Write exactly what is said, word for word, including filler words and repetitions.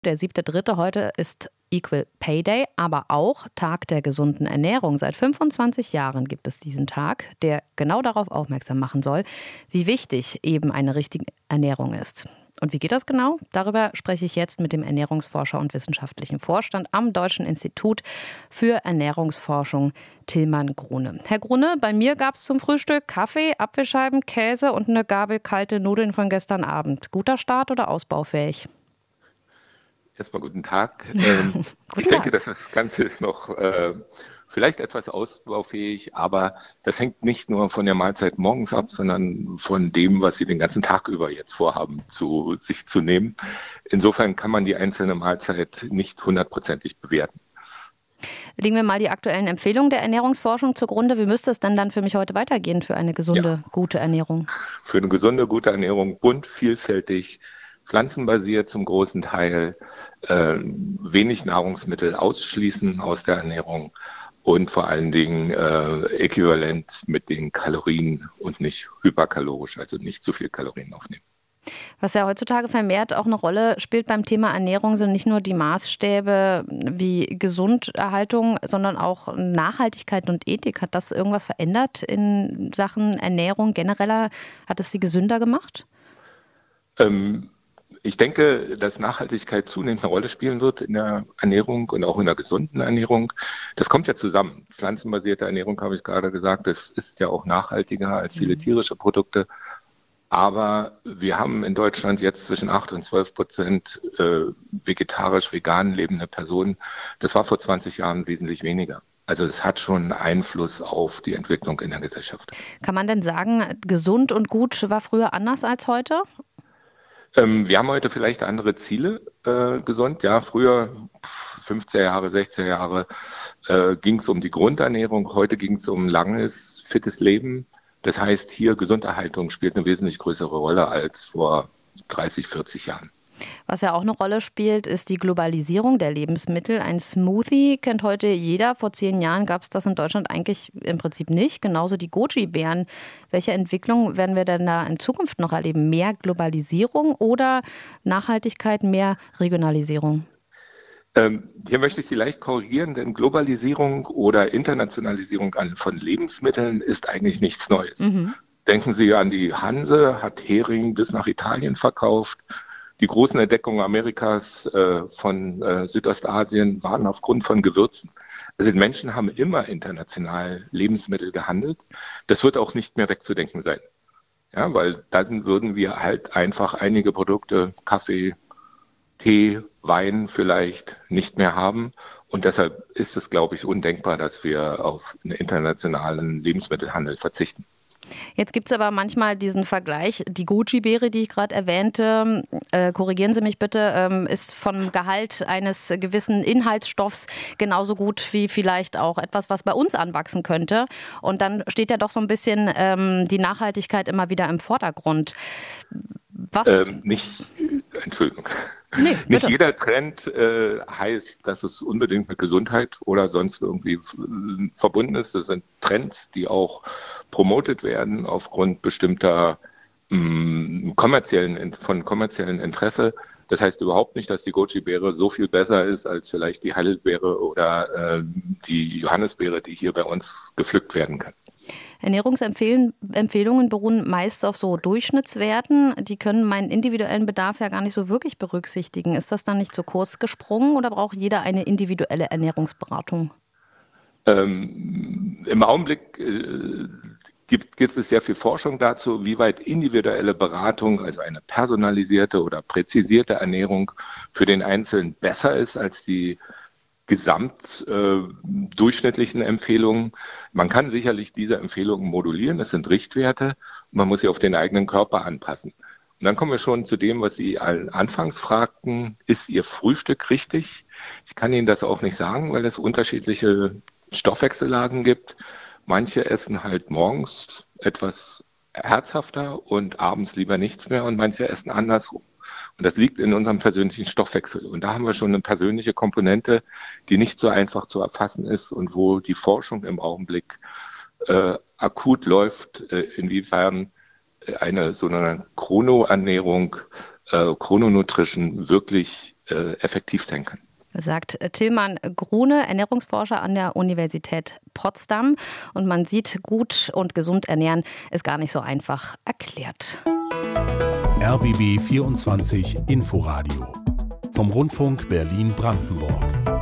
Der siebte Dritte heute ist Equal Pay Day, aber auch Tag der gesunden Ernährung. Seit fünfundzwanzig Jahren gibt es diesen Tag, der genau darauf aufmerksam machen soll, wie wichtig eben eine richtige Ernährung ist. Und wie geht das genau? Darüber spreche ich jetzt mit dem Ernährungsforscher und wissenschaftlichen Vorstand am Deutschen Institut für Ernährungsforschung, Tilman Grune. Herr Grune, bei mir gab es zum Frühstück Kaffee, Apfelscheiben, Käse und eine Gabel kalte Nudeln von gestern Abend. Guter Start oder ausbaufähig? Erstmal guten Tag. Ähm, guten ich Tag. denke, dass das Ganze ist noch äh, vielleicht etwas ausbaufähig, aber das hängt nicht nur von der Mahlzeit morgens ab, sondern von dem, was Sie den ganzen Tag über jetzt vorhaben, zu sich zu nehmen. Insofern kann man die einzelne Mahlzeit nicht hundertprozentig bewerten. Legen wir mal die aktuellen Empfehlungen der Ernährungsforschung zugrunde. Wie müsste es denn dann für mich heute weitergehen für eine gesunde, ja. gute Ernährung? Für eine gesunde, gute Ernährung, bunt, vielfältig, pflanzenbasiert zum großen Teil, äh, wenig Nahrungsmittel ausschließen aus der Ernährung und vor allen Dingen äh, äquivalent mit den Kalorien und nicht hyperkalorisch, also nicht zu viel Kalorien aufnehmen. Was ja heutzutage vermehrt auch eine Rolle spielt beim Thema Ernährung, sind nicht nur die Maßstäbe wie Gesunderhaltung, sondern auch Nachhaltigkeit und Ethik. Hat das irgendwas verändert in Sachen Ernährung genereller? Hat es sie gesünder gemacht? Ähm, Ich denke, dass Nachhaltigkeit zunehmend eine Rolle spielen wird in der Ernährung und auch in der gesunden Ernährung. Das kommt ja zusammen. Pflanzenbasierte Ernährung, habe ich gerade gesagt, das ist ja auch nachhaltiger als viele tierische Produkte. Aber wir haben in Deutschland jetzt zwischen acht und zwölf Prozent äh, vegetarisch-vegan lebende Personen. Das war vor zwanzig Jahren wesentlich weniger. Also es hat schon Einfluss auf die Entwicklung in der Gesellschaft. Kann man denn sagen, gesund und gut war früher anders als heute? Ähm, wir haben heute vielleicht andere Ziele äh, gesund. Ja, früher, fünfziger Jahre, sechziger Jahre, äh, ging es um die Grundernährung. Heute ging es um langes, fittes Leben. Das heißt, hier Gesunderhaltung spielt eine wesentlich größere Rolle als vor dreißig, vierzig Jahren. Was ja auch eine Rolle spielt, ist die Globalisierung der Lebensmittel. Ein Smoothie kennt heute jeder. Vor zehn Jahren gab es das in Deutschland eigentlich im Prinzip nicht. Genauso die Goji-Beeren. Welche Entwicklung werden wir denn da in Zukunft noch erleben? Mehr Globalisierung oder Nachhaltigkeit, mehr Regionalisierung? Ähm, hier möchte ich Sie leicht korrigieren, denn Globalisierung oder Internationalisierung von Lebensmitteln ist eigentlich nichts Neues. Mhm. Denken Sie an die Hanse, hat Hering bis nach Italien verkauft. Die großen Entdeckungen Amerikas äh, von äh, Südostasien waren aufgrund von Gewürzen. Also die Menschen haben immer international Lebensmittel gehandelt. Das wird auch nicht mehr wegzudenken sein. Ja, weil dann würden wir halt einfach einige Produkte, Kaffee, Tee, Wein vielleicht nicht mehr haben. Und deshalb ist es, glaube ich, undenkbar, dass wir auf einen internationalen Lebensmittelhandel verzichten. Jetzt gibt es aber manchmal diesen Vergleich, die Goji-Beere, die ich gerade erwähnte, äh, korrigieren Sie mich bitte, ähm, ist vom Gehalt eines gewissen Inhaltsstoffs genauso gut wie vielleicht auch etwas, was bei uns anwachsen könnte. Und dann steht ja doch so ein bisschen ähm, die Nachhaltigkeit immer wieder im Vordergrund. Was? Ähm, nicht, Entschuldigung. Nee, nicht jeder Trend äh, heißt, dass es unbedingt mit Gesundheit oder sonst irgendwie äh, verbunden ist. Das sind Trends, die auch promotet werden aufgrund bestimmter mh, kommerziellen, von kommerziellen Interesse. Das heißt überhaupt nicht, dass die Goji-Beere so viel besser ist als vielleicht die Heidelbeere oder äh, die Johannisbeere, die hier bei uns gepflückt werden kann. Ernährungsempfehlungen beruhen meist auf so Durchschnittswerten. Die können meinen individuellen Bedarf ja gar nicht so wirklich berücksichtigen. Ist das dann nicht zu kurz gesprungen oder braucht jeder eine individuelle Ernährungsberatung? Ähm, Im Augenblick äh, gibt, gibt es sehr viel Forschung dazu, wie weit individuelle Beratung, also eine personalisierte oder präzisierte Ernährung für den Einzelnen besser ist als die gesamt äh, durchschnittlichen Empfehlungen. Man kann sicherlich diese Empfehlungen modulieren, das sind Richtwerte, man muss sie auf den eigenen Körper anpassen. Und dann kommen wir schon zu dem, was Sie anfangs fragten, ist Ihr Frühstück richtig? Ich kann Ihnen das auch nicht sagen, weil es unterschiedliche Stoffwechsellagen gibt. Manche essen halt morgens etwas herzhafter und abends lieber nichts mehr und manche essen andersrum. Und das liegt in unserem persönlichen Stoffwechsel. Und da haben wir schon eine persönliche Komponente, die nicht so einfach zu erfassen ist und wo die Forschung im Augenblick äh, akut läuft, äh, inwiefern eine so eine Chronoernährung, äh, Chrononutrition wirklich äh, effektiv sein kann. Sagt Tilman Grune, Ernährungsforscher an der Universität Potsdam. Und man sieht, gut und gesund ernähren ist gar nicht so einfach erklärt. R B B vierundzwanzig Inforadio vom Rundfunk Berlin-Brandenburg.